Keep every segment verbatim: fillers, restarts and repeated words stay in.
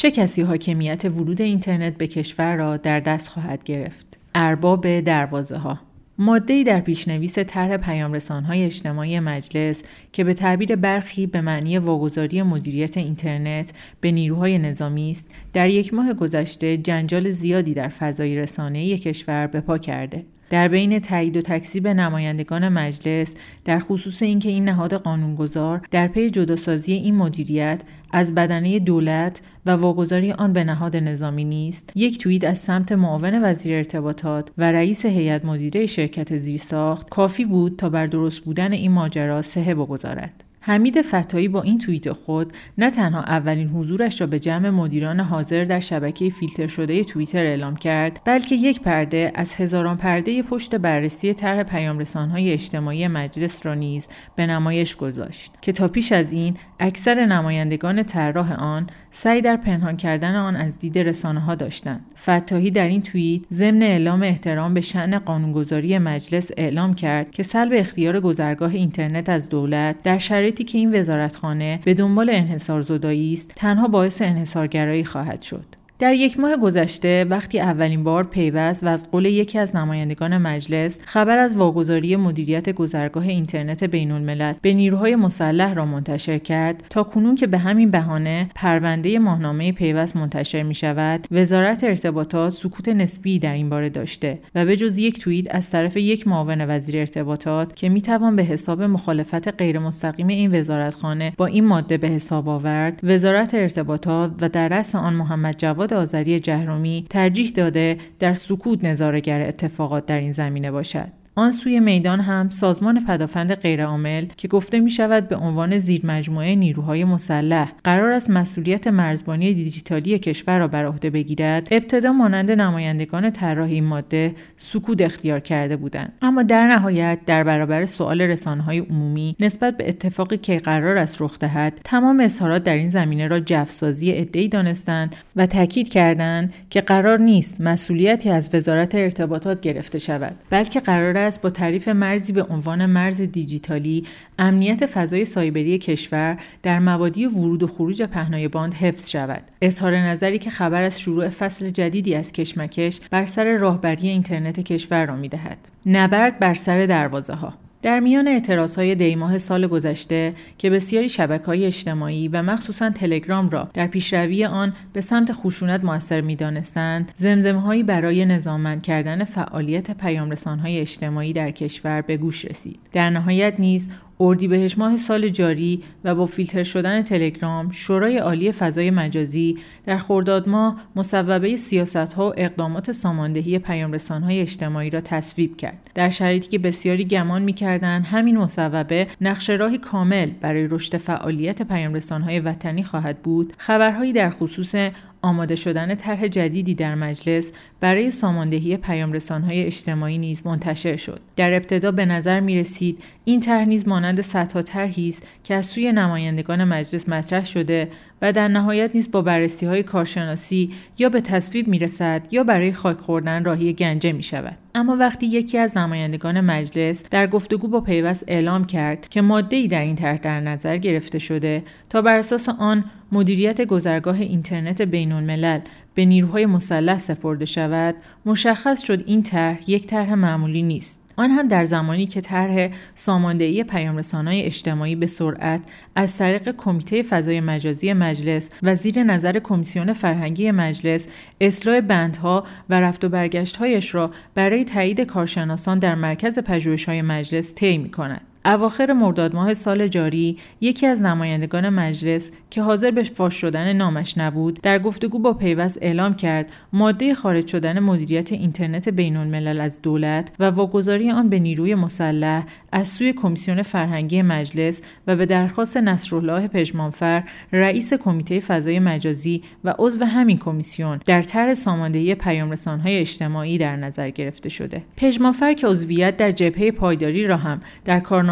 چه کسی حاکمیت ورود اینترنت به کشور را در دست خواهد گرفت؟ ارباب دروازه‌ها. ماده‌ای در پیشنویس طرح پیام‌رسان‌های اجتماعی مجلس که به تعبیر برخی به معنی واگذاری مدیریت اینترنت به نیروهای نظامی است، در یک ماه گذشته جنجال زیادی در فضای رسانه‌ای کشور به پا کرده. در بین تایید و تکذیب نمایندگان مجلس در خصوص اینکه این نهاد قانونگذار در پی جداسازی این مدیریت از بدنه دولت و واگذاری آن به نهاد نظامی نیست، یک توییت از سمت معاون وزیر ارتباطات و رئیس هیئت مدیره شرکت زیرساخت کافی بود تا بر درست بودن این ماجرا صحه بگذارد. حمید فتاحی با این توییت خود نه تنها اولین حضورش را به جمع مدیران حاضر در شبکه فیلتر شده توییتر اعلام کرد، بلکه یک پرده از هزاران پرده پشت بررسی طرح پیام‌رسان‌های اجتماعی مجلس را نیز به نمایش گذاشت که تا پیش از این اکثر نمایندگان طراح آن سعی در پنهان کردن آن از دید رسانه‌ها داشتند. فتاحی در این توییت ضمن اعلام احترام به شأن قانونگذاری مجلس اعلام کرد که سلب اختیار گذرگاه اینترنت از دولت در شرایطی که این وزارتخانه به دنبال انحصارزدایی است تنها باعث انحصارگرایی خواهد شد. در یک ماه گذشته وقتی اولین بار پیوست و از قول یکی از نمایندگان مجلس خبر از واگذاری مدیریت گذرگاه اینترنت بین‌الملل به نیروهای مسلح را منتشر کرد، تا کنون که به همین بهانه پرونده ماهنامه پیوست منتشر می شود، وزارت ارتباطات سکوت نسبی در این باره داشته و به جز یک توییت از طرف یک معاون وزیر ارتباطات که می توان به حساب مخالفت غیر مستقیم این وزارتخانه با این ماده به حساب آورد، وزارت ارتباطات و در رأس آن محمد جواد آذری جهرومی ترجیح داده در سکوت نظاره‌گر اتفاقات در این زمینه باشد. آن سوی میدان هم سازمان پدافند غیرعامل که گفته می شود به عنوان زیر مجموعه نیروهای مسلح قرار است مسئولیت مرزبانی دیجیتالی کشور را بر عهده بگیرد، ابتدا مانند نمایندگان طراح این ماده سکوت اختیار کرده بودند، اما در نهایت در برابر سؤال رسانه‌های عمومی نسبت به اتفاقی که قرار است رخ دهد، تمام اظهارات در این زمینه را جفسازی عده‌ای دانستند و تاکید کردند که قرار نیست مسئولیتی از وزارت ارتباطات گرفته شود، بلکه قرار است با تعریف مرزی به عنوان مرز دیجیتالی امنیت فضای سایبری کشور در مبادی ورود و خروج پهنای باند حفظ شود. اظهار نظری که خبر از شروع فصل جدیدی از کشمکش بر سر راهبری اینترنت کشور را می‌دهد. نبرد بر سر دروازه‌ها. در میان اعتراضهای دیماه سال گذشته که بسیاری شبکه‌های اجتماعی و مخصوصاً تلگرام را در پیشروی آن به سمت خشونت مؤثر می‌دانستند، زمزمه‌هایی برای نظاممند کردن فعالیت پیام‌رسان‌های اجتماعی در کشور به گوش رسید. در نهایت نیز اردیبهشت ماه سال جاری و با فیلتر شدن تلگرام، شورای عالی فضای مجازی در خرداد ماه مصوبه سیاست‌ها و اقدامات ساماندهی پیام‌رسان‌های اجتماعی را تصویب کرد. در شرایطی که بسیاری گمان می‌کردند همین مصوبه نقش راهی کامل برای رشد فعالیت پیام‌رسان‌های وطنی خواهد بود، خبرهایی در خصوص آماده شدن طرح جدیدی در مجلس برای ساماندهی پیام‌رسان‌های اجتماعی نیز منتشر شد. در ابتدا به نظر می‌رسید این طرح نیز مانند صدها طرحی است که از سوی نمایندگان مجلس مطرح شده و در نهایت نیز با بررسی‌های کارشناسی یا به تصویب می‌رسد یا برای خاک خوردن راهی گنجه می‌شود. اما وقتی یکی از نمایندگان مجلس در گفتگو با پیوست اعلام کرد که ماده‌ای در این طرح در نظر گرفته شده تا بر اساس آن مدیریت گذرگاه اینترنت بین‌الملل به نیروهای مسلح سپرده شود، مشخص شد این طرح یک طرح معمولی نیست. آن هم در زمانی که طرح ساماندهی پیام‌رسان‌های اجتماعی به سرعت از طریق کمیته فضای مجازی مجلس و زیر نظر کمیسیون فرهنگی مجلس اصلاح بندها و رفت و برگشت‌هایش را برای تایید کارشناسان در مرکز پژوهش‌های مجلس طی می‌کند. اواخر مرداد ماه سال جاری یکی از نمایندگان مجلس که حاضر به فاش شدن نامش نبود در گفتگو با پیوست اعلام کرد ماده خارج شدن مدیریت اینترنت بین‌الملل از دولت و واگذاری آن به نیروی مسلح از سوی کمیسیون فرهنگی مجلس و به درخواست نصرالله پژمانفر رئیس کمیته فضای مجازی و عضو همین کمیسیون در طرح ساماندهی پیام‌رسان‌های اجتماعی در نظر گرفته شده. پژمانفر که عضویت در جبهه پایداری را هم در کارنامه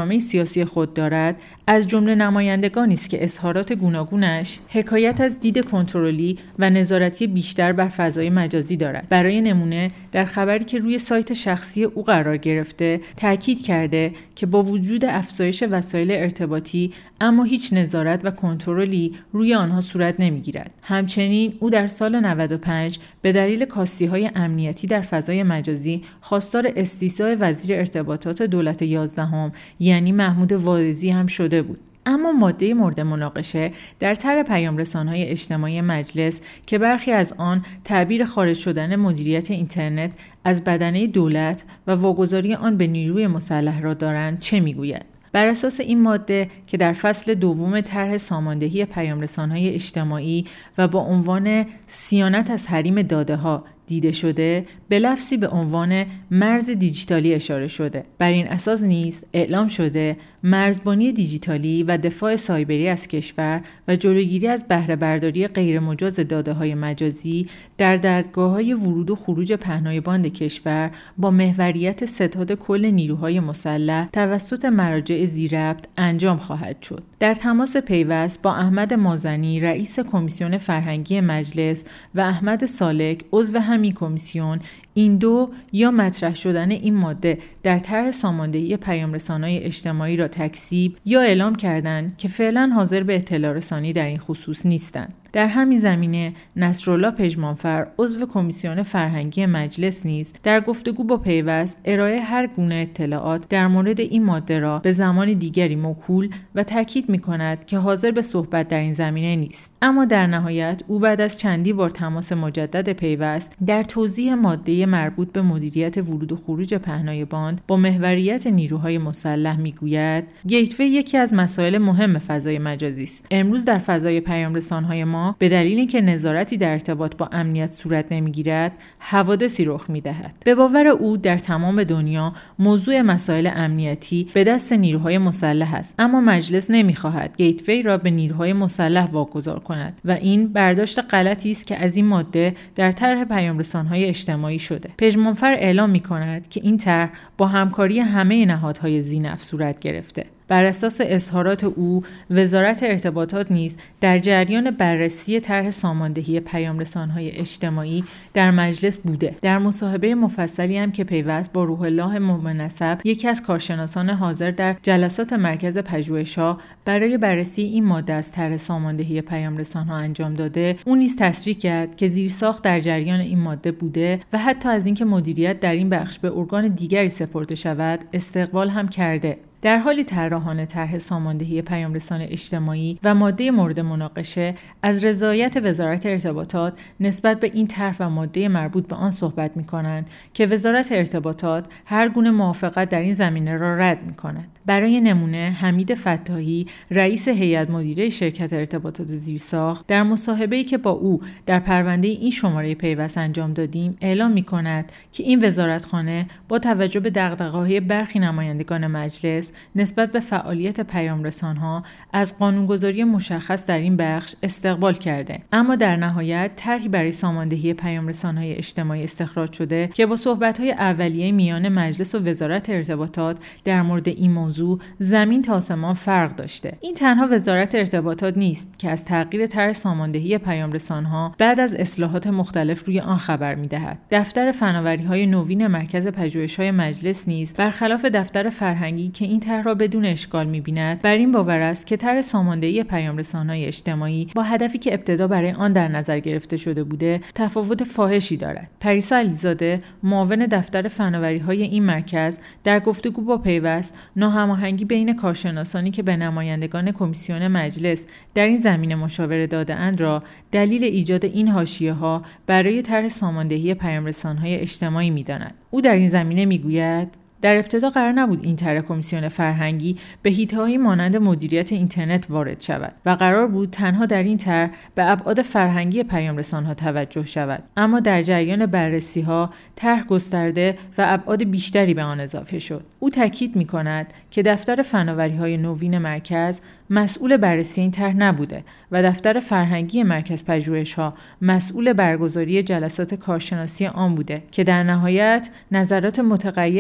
برنامه سیاسی خود دارد، از جمله نمایندگانی است که اظهارات گوناگونش حکایت از دید کنترلی و نظارتی بیشتر بر فضای مجازی دارد. برای نمونه در خبری که روی سایت شخصی او قرار گرفته تاکید کرده که با وجود افزایش وسایل ارتباطی اما هیچ نظارت و کنترلی روی آنها صورت نمیگیرد. همچنین او در سال نود و پنج به دلیل کاستی‌های امنیتی در فضای مجازی خواستار استیصال وزیر ارتباطات دولت یازدهم یعنی محمود وادزی هم شده بود. اما ماده مورد مناقشه در طرح پیام‌رسان‌های اجتماعی مجلس که برخی از آن تعبیر خارج شدن مدیریت اینترنت از بدنه دولت و واگذاری آن به نیروی مسلح را دارند چه میگوید؟ بر اساس این ماده که در فصل دوم طرح ساماندهی پیام‌رسان‌های اجتماعی و با عنوان صیانت از حریم داده‌ها دیده شده، به لفظی به عنوان مرز دیجیتالی اشاره شده. بر این اساس نیز اعلام شده مرزبانی دیجیتالی و دفاع سایبری از کشور و جلوگیری از بهره برداری غیر مجاز داده‌های مجازی در دادگاه‌های ورود و خروج پهنای باند کشور با محوریت ستاد کل نیروهای مسلح توسط مراجع ذی‌ربط انجام خواهد شد. در تماس پیوست با احمد مازنی رئیس کمیسیون فرهنگی مجلس و احمد سالک عضو همین کمیسیون، این دو یا مطرح شدن این ماده در طرح ساماندهی پیام‌رسان‌های اجتماعی را تکذیب یا اعلام کردند که فعلا حاضر به اطلاع رسانی در این خصوص نیستند. در همین زمینه نصرالله پژمانفر عضو کمیسیون فرهنگی مجلس نیز در گفتگو با پیوست ارائه هر گونه اطلاعات در مورد این ماده را به زمان دیگری موکول و تاکید می‌کند که حاضر به صحبت در این زمینه نیست. اما در نهایت او بعد از چندی بار تماس مجدد پیوست در توضیح ماده مربوط به مدیریت ورود و خروج پهنای باند با محوریت نیروهای مسلح میگوید گیتوی یکی از مسائل مهم فضای مجازی است. امروز در فضای پیام‌رسان‌های ما به دلیل اینکه نظارتی در ارتباط با امنیت صورت نمیگیرد، حوادثی رخ میدهد. به باور او در تمام دنیا موضوع مسائل امنیتی به دست نیروهای مسلح است، اما مجلس نمیخواهد گیتوی را به نیروهای مسلح واگذار کند و این برداشت غلطی است که از این ماده در طرح پیام‌رسان‌های اجتماعی شده. پژمانفر اعلام می‌کند که این طرح با همکاری همه نهادهای ذی‌نفع صورت گرفته. بر اساس اظهارات او، وزارت ارتباطات نیز در جریان بررسی طرح ساماندهی پیام‌رسان‌های اجتماعی در مجلس بوده. در مصاحبه مفصلی هم که پیوست با روح الله مومن‌نسب، یکی از کارشناسان حاضر در جلسات مرکز پژوهش‌ها برای بررسی این ماده از طرح ساماندهی پیام‌رسان‌ها انجام داده، اون نیز تصریح کرد که زیرساخت در جریان این ماده بوده و حتی از اینکه مدیریت در این بخش به ارگان دیگری سپرده شود، استقبال هم کرده. در حالی طراحان طرح ساماندهی پیام‌رسان اجتماعی و ماده مورد مناقشه از رضایت وزارت ارتباطات نسبت به این طرح و ماده مربوط به آن صحبت می‌کنند که وزارت ارتباطات هر گونه موافقت در این زمینه را رد می‌کند. برای نمونه حمید فتاحی رئیس هیئت مدیره شرکت ارتباطات زیرساخت در مصاحبه‌ای که با او در پرونده این شماره پیوست انجام دادیم اعلام می‌کند که این وزارتخانه با توجه به دغدغه‌های برخی نمایندگان مجلس نسبت به فعالیت پیام‌رسان‌ها از قانونگذاری مشخص در این بخش استقبال کرده، اما در نهایت طرحی برای ساماندهی پیام‌رسان‌های اجتماعی استخراج شده که با صحبت‌های اولیه میان مجلس و وزارت ارتباطات در مورد این موضوع زمین تا آسمان فرق داشته. این تنها وزارت ارتباطات نیست که از تغییر طرح ساماندهی پیام‌رسان‌ها بعد از اصلاحات مختلف روی آن خبر می‌دهد. دفتر فناوری‌های نوین مرکز پژوهش‌های مجلس نیز برخلاف دفتر فرهنگی که این طرح را بدون اشکال می‌بیند، بر این باور است که طرح ساماندهی پیام‌رسان‌های اجتماعی با هدفی که ابتدا برای آن در نظر گرفته شده بوده، تفاوت فاحشی دارد. پریسا علیزاده، معاون دفتر فناوری‌های این مرکز، در گفتگو با پیوست ناهماهنگی بین کارشناسانی که به نمایندگان کمیسیون مجلس در این زمینه مشاوره داده‌اند را دلیل ایجاد این حاشیه‌ها برای طرح ساماندهی پیام‌رسان‌های اجتماعی می‌داند. او در این زمینه می‌گوید در ابتدا قرار نبود این طرح کمیسیون فرهنگی به حیطه‌هایی مانند مدیریت اینترنت وارد شود و قرار بود تنها در این طرح به ابعاد فرهنگی پیام‌رسان‌ها توجه شود، اما در جریان بررسی‌ها طرح گسترده و ابعاد بیشتری به آن اضافه شد. او تاکید می‌کند که دفتر فناوری‌های نوین مرکز مسئول بررسی این طرح نبوده و دفتر فرهنگی مرکز پژوهش‌ها مسئول برگزاری جلسات کارشناسی آن بوده که در نهایت نظرات متغیر کارشناسی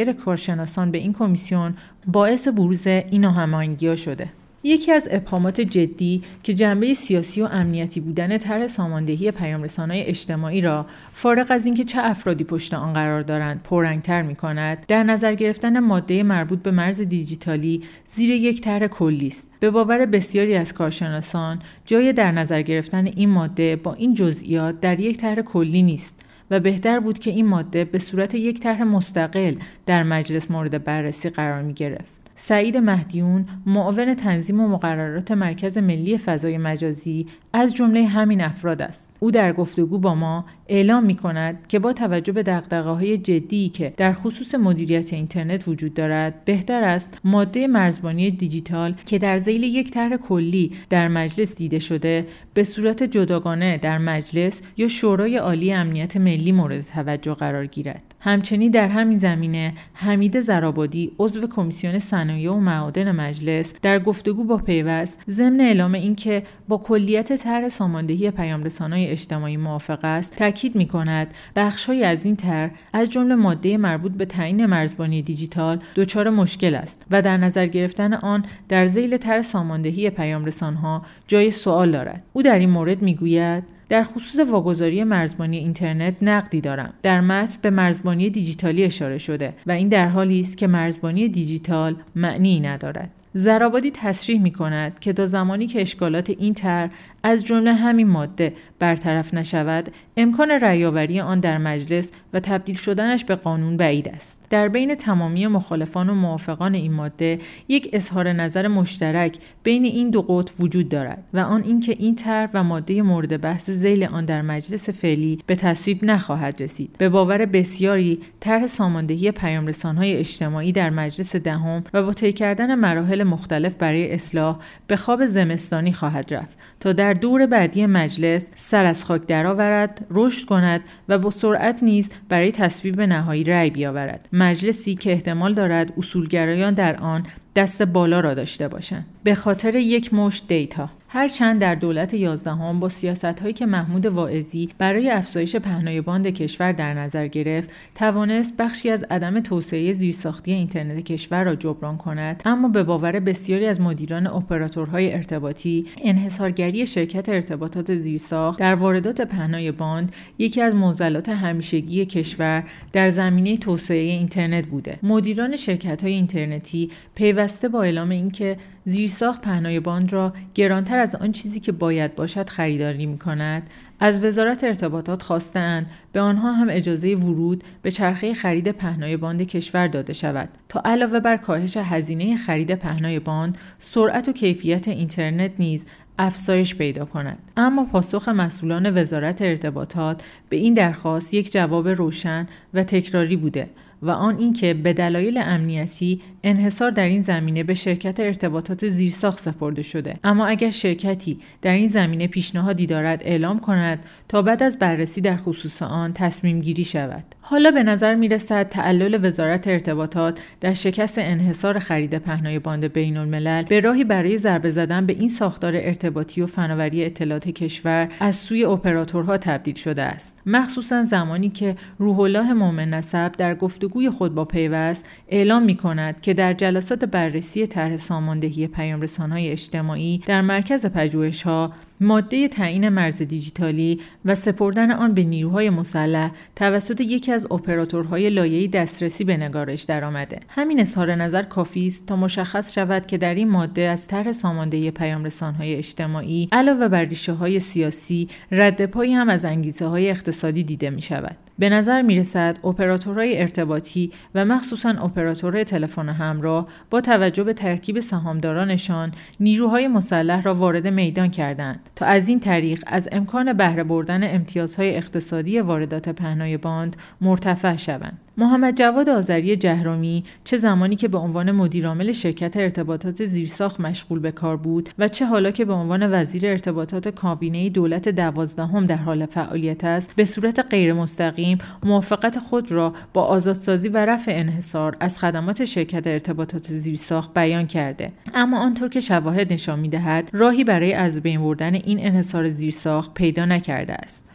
کارشناسان به این کمیسیون باعث بروز این ناهماهنگی‌ها شده. یکی از ابهامات جدی که جنبه سیاسی و امنیتی بودن طرح ساماندهی پیام‌رسان‌های اجتماعی را فارغ از اینکه چه افرادی پشت آن قرار دارند پررنگ‌تر می‌کند، در نظر گرفتن ماده مربوط به مرز دیجیتالی زیر یک طرح کلی است. به باور بسیاری از کارشناسان، جای در نظر گرفتن این ماده با این جزئیات در یک طرح کلی نیست و بهتر بود که این ماده به صورت یک طرح مستقل در مجلس مورد بررسی قرار می‌گرفت. سعید مهدیون، معاون تنظیم و مقررات مرکز ملی فضای مجازی، از جمله همین افراد است. او در گفتگو با ما اعلام می‌کند که با توجه به دغدغه‌های جدی که در خصوص مدیریت اینترنت وجود دارد، بهتر است ماده مرزبانی دیجیتال که در ذیل یک طرح کلی در مجلس دیده شده، به صورت جداگانه در مجلس یا شورای عالی امنیت ملی مورد توجه قرار گیرد. همچنین در همین زمینه حمید زرابادی، عضو کمیسیون صنایع و معادن مجلس، در گفتگو با پیوست ضمن اعلام اینکه با کلیت طرح ساماندهی پیام‌رسان‌های اجتماعی موافق است، تاکید می‌کند بخش‌هایی از این طرح از جمله ماده مربوط به تعیین مرزبانی دیجیتال دچار مشکل است و در نظر گرفتن آن در ذیل طرح ساماندهی پیام‌رسان‌ها جای سوال دارد. او در این مورد می‌گوید: در خصوص واگذاری مرزبانی اینترنت نقدی دارم. در متن به مرزبانی دیجیتالی اشاره شده و این در حالی است که مرزبانی دیجیتال معنی ندارد. زرابادی تصریح می کند که تا زمانی که اشکالات این طرح از جمله همین ماده برطرف نشود، امکان رأی‌آوری آن در مجلس و تبدیل شدنش به قانون بعید است. در بین تمامی مخالفان و موافقان این ماده یک اظهار نظر مشترک بین این دو قطب وجود دارد و آن اینکه این طرح و ماده مورد بحث ذیل آن در مجلس فعلی به تصویب نخواهد رسید. به باور بسیاری، طرح ساماندهی پیام‌رسان‌های اجتماعی در مجلس دهم و با طی کردن مراحل مختلف برای اصلاح به خواب زمستانی خواهد رفت تا در دور بعدی مجلس سر از خاک درآورد، رشد کند و با سرعت نیز برای تصویب نهایی رأی بیاورد. مجلسی که احتمال دارد اصولگرایان در آن دست بالا را داشته باشند. به خاطر یک مشت دیتا. هرچند در دولت یازدهم با سیاست‌هایی که محمود واعظی برای افزایش پهنای باند کشور در نظر گرفت، توانست بخشی از عدم توسعه زیرساختی اینترنت کشور را جبران کند، اما به باور بسیاری از مدیران اپراتورهای ارتباطی، انحصارگری شرکت ارتباطات زیرساخت در واردات پهنای باند یکی از معضلات همیشگی کشور در زمینه توسعه اینترنت بوده. مدیران شرکت‌های اینترنتی پیوسته با اعلام اینکه زیرساخت پهنای باند را گرانتر از آن چیزی که باید باشد خریداری می‌کند، از وزارت ارتباطات خواستند به آنها هم اجازه ورود به چرخه خرید پهنای باند کشور داده شود تا علاوه بر کاهش هزینه خرید پهنای باند، سرعت و کیفیت اینترنت نیز افزایش پیدا کند. اما پاسخ مسئولان وزارت ارتباطات به این درخواست یک جواب روشن و تکراری بوده و آن اینکه به دلایل امنیتی انحصار در این زمینه به شرکت ارتباطات زیرساخت سپرده شده. اما اگر شرکتی در این زمینه پیشنهادی دارد اعلام کند تا بعد از بررسی در خصوص آن تصمیم گیری شود. حالا به نظر می رسد تعلل وزارت ارتباطات در شکست انحصار خرید پهنای باند بین الملل به راهی برای ضربه زدن به این ساختار ارتباطی و فناوری اطلاعات کشور از سوی اپراتورها تبدیل شده است. مخصوصا زمانی که روح الله مومن نسب در گفتگوی خود با پیوست اعلام می کند که در جلسات بررسی طرح ساماندهی پیام‌رسان‌های اجتماعی در مرکز پژوهش‌ها ماده تعیین مرز دیجیتالی و سپردن آن به نیروهای مسلح توسط یکی از اپراتورهای لایه‌ای دسترسی به نگارش درآمده. همین اظهار نظر کافی است تا مشخص شود که در این ماده از طرح ساماندهی پیام‌رسان‌های اجتماعی علاوه بر ریشه‌های سیاسی، ردپایی هم از انگیزه‌های اقتصادی دیده می‌شود. به نظر می‌رسد اپراتورهای ارتباطی و مخصوصاً اپراتورهای تلفن همراه با توجه به ترکیب سهامدارانشان نیروهای مسلح را وارد میدان کردند تا از این طریق از امکان بهره بردن امتیازهای اقتصادی واردات پهنای باند مرتفع شوند. محمد جواد آذری جهرومی چه زمانی که به عنوان مدیرعامل شرکت ارتباطات زیرساخت مشغول به کار بود و چه حالا که به عنوان وزیر ارتباطات کابینه دولت دوازدهم در حال فعالیت است، به صورت غیر مستقیم موافقت خود را با آزادسازی و رفع انحصار از خدمات شرکت ارتباطات زیرساخت بیان کرده. اما آنطور که شواهد نشان می‌دهد، راهی برای از بین بردن این انحصار زیرساخت پیدا نکرده است.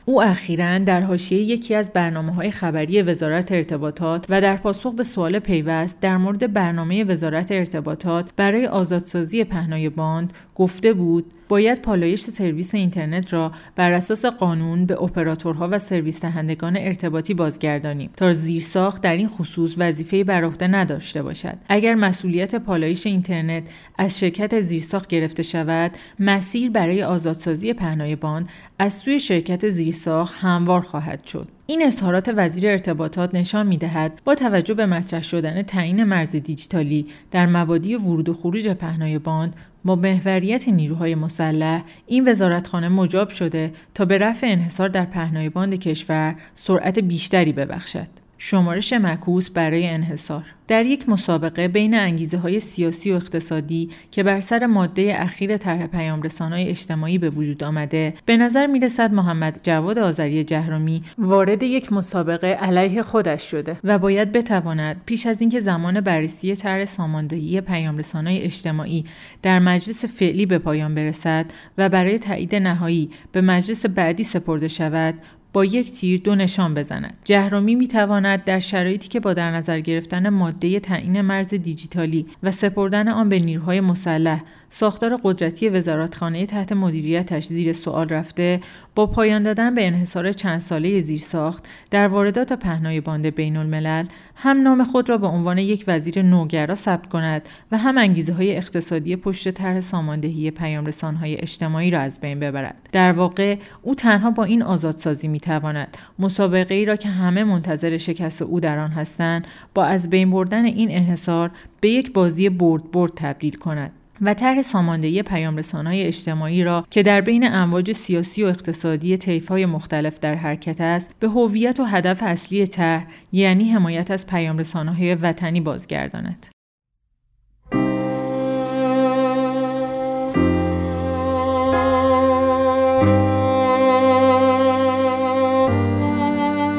او اخیراً در حاشیه یکی از برنامه‌های خبری وزارت ارتباطات و در پاسخ به سوال پیوست در مورد برنامه وزارت ارتباطات برای آزادسازی پهنای باند گفته بود باید پالایش سرویس اینترنت را بر اساس قانون به اپراتورها و سرویس دهندگان ارتباطی بازگردانیم تا زیرساخت در این خصوص وظیفه‌ای بر عهده نداشته باشد. اگر مسئولیت پالایش اینترنت از شرکت زیرساخت گرفته شود، مسیر برای آزادسازی پهنای باند از سوی شرکت زیرساخت هموار خواهد شد. این اظهارات وزیر ارتباطات نشان می‌دهد با توجه به مطرح شدن تعیین مرز دیجیتالی در مبادی ورود و خروج پهنای باند با محوریت نیروهای مسلح، این وزارتخانه مجاب شده تا به رفع انحصار در پهنای باند کشور سرعت بیشتری ببخشد. شمارش معکوس برای انحصار. در یک مسابقه بین انگیزه‌های سیاسی و اقتصادی که بر سر ماده اخیر طرح پیام‌رسان‌های اجتماعی به وجود آمده، به نظر می‌رسد محمد جواد آذری جهرمی وارد یک مسابقه علیه خودش شده و باید بتواند پیش از اینکه زمان بررسی طرح ساماندهی پیام‌رسان‌های اجتماعی در مجلس فعلی به پایان برسد و برای تایید نهایی به مجلس بعدی سپرده شود، با یک تیر دو نشان بزند. جهرمی میتواند در شرایطی که با در نظر گرفتن ماده تعیین مرز دیجیتالی و سپردن آن به نیروهای مسلح ساختار قدرتی وزارتخانه تحت مدیریتش زیر سوال رفته، با پایان دادن به انحصار چند ساله زیرساخت در واردات پهنای باند بین الملل هم نام خود را به عنوان یک وزیر نوگرا ثبت کند و هم انگیزه‌های اقتصادی پشت طرح ساماندهی پیام‌رسان‌های اجتماعی را از بین ببرد. در واقع او تنها با این آزادسازی می‌تواند مسابقه‌ای را که همه منتظر شکست او در آن هستند، با از بین بردن این انحصار به یک بازی برد برد تبدیل کند و طرح ساماندهی پیام‌رسان‌های اجتماعی را که در بین امواج سیاسی و اقتصادی طیف‌های مختلف در حرکت است، به هویت و هدف اصلی طرح، یعنی حمایت از پیام‌رسان‌های وطنی بازگرداند.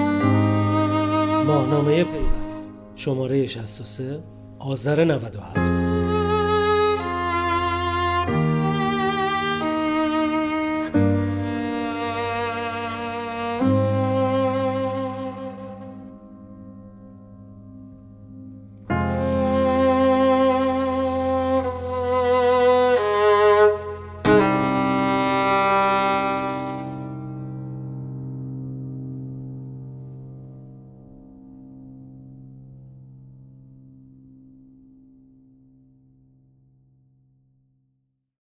ماهنامه پیوست، شماره شصت و سه، آذر نود و هفت.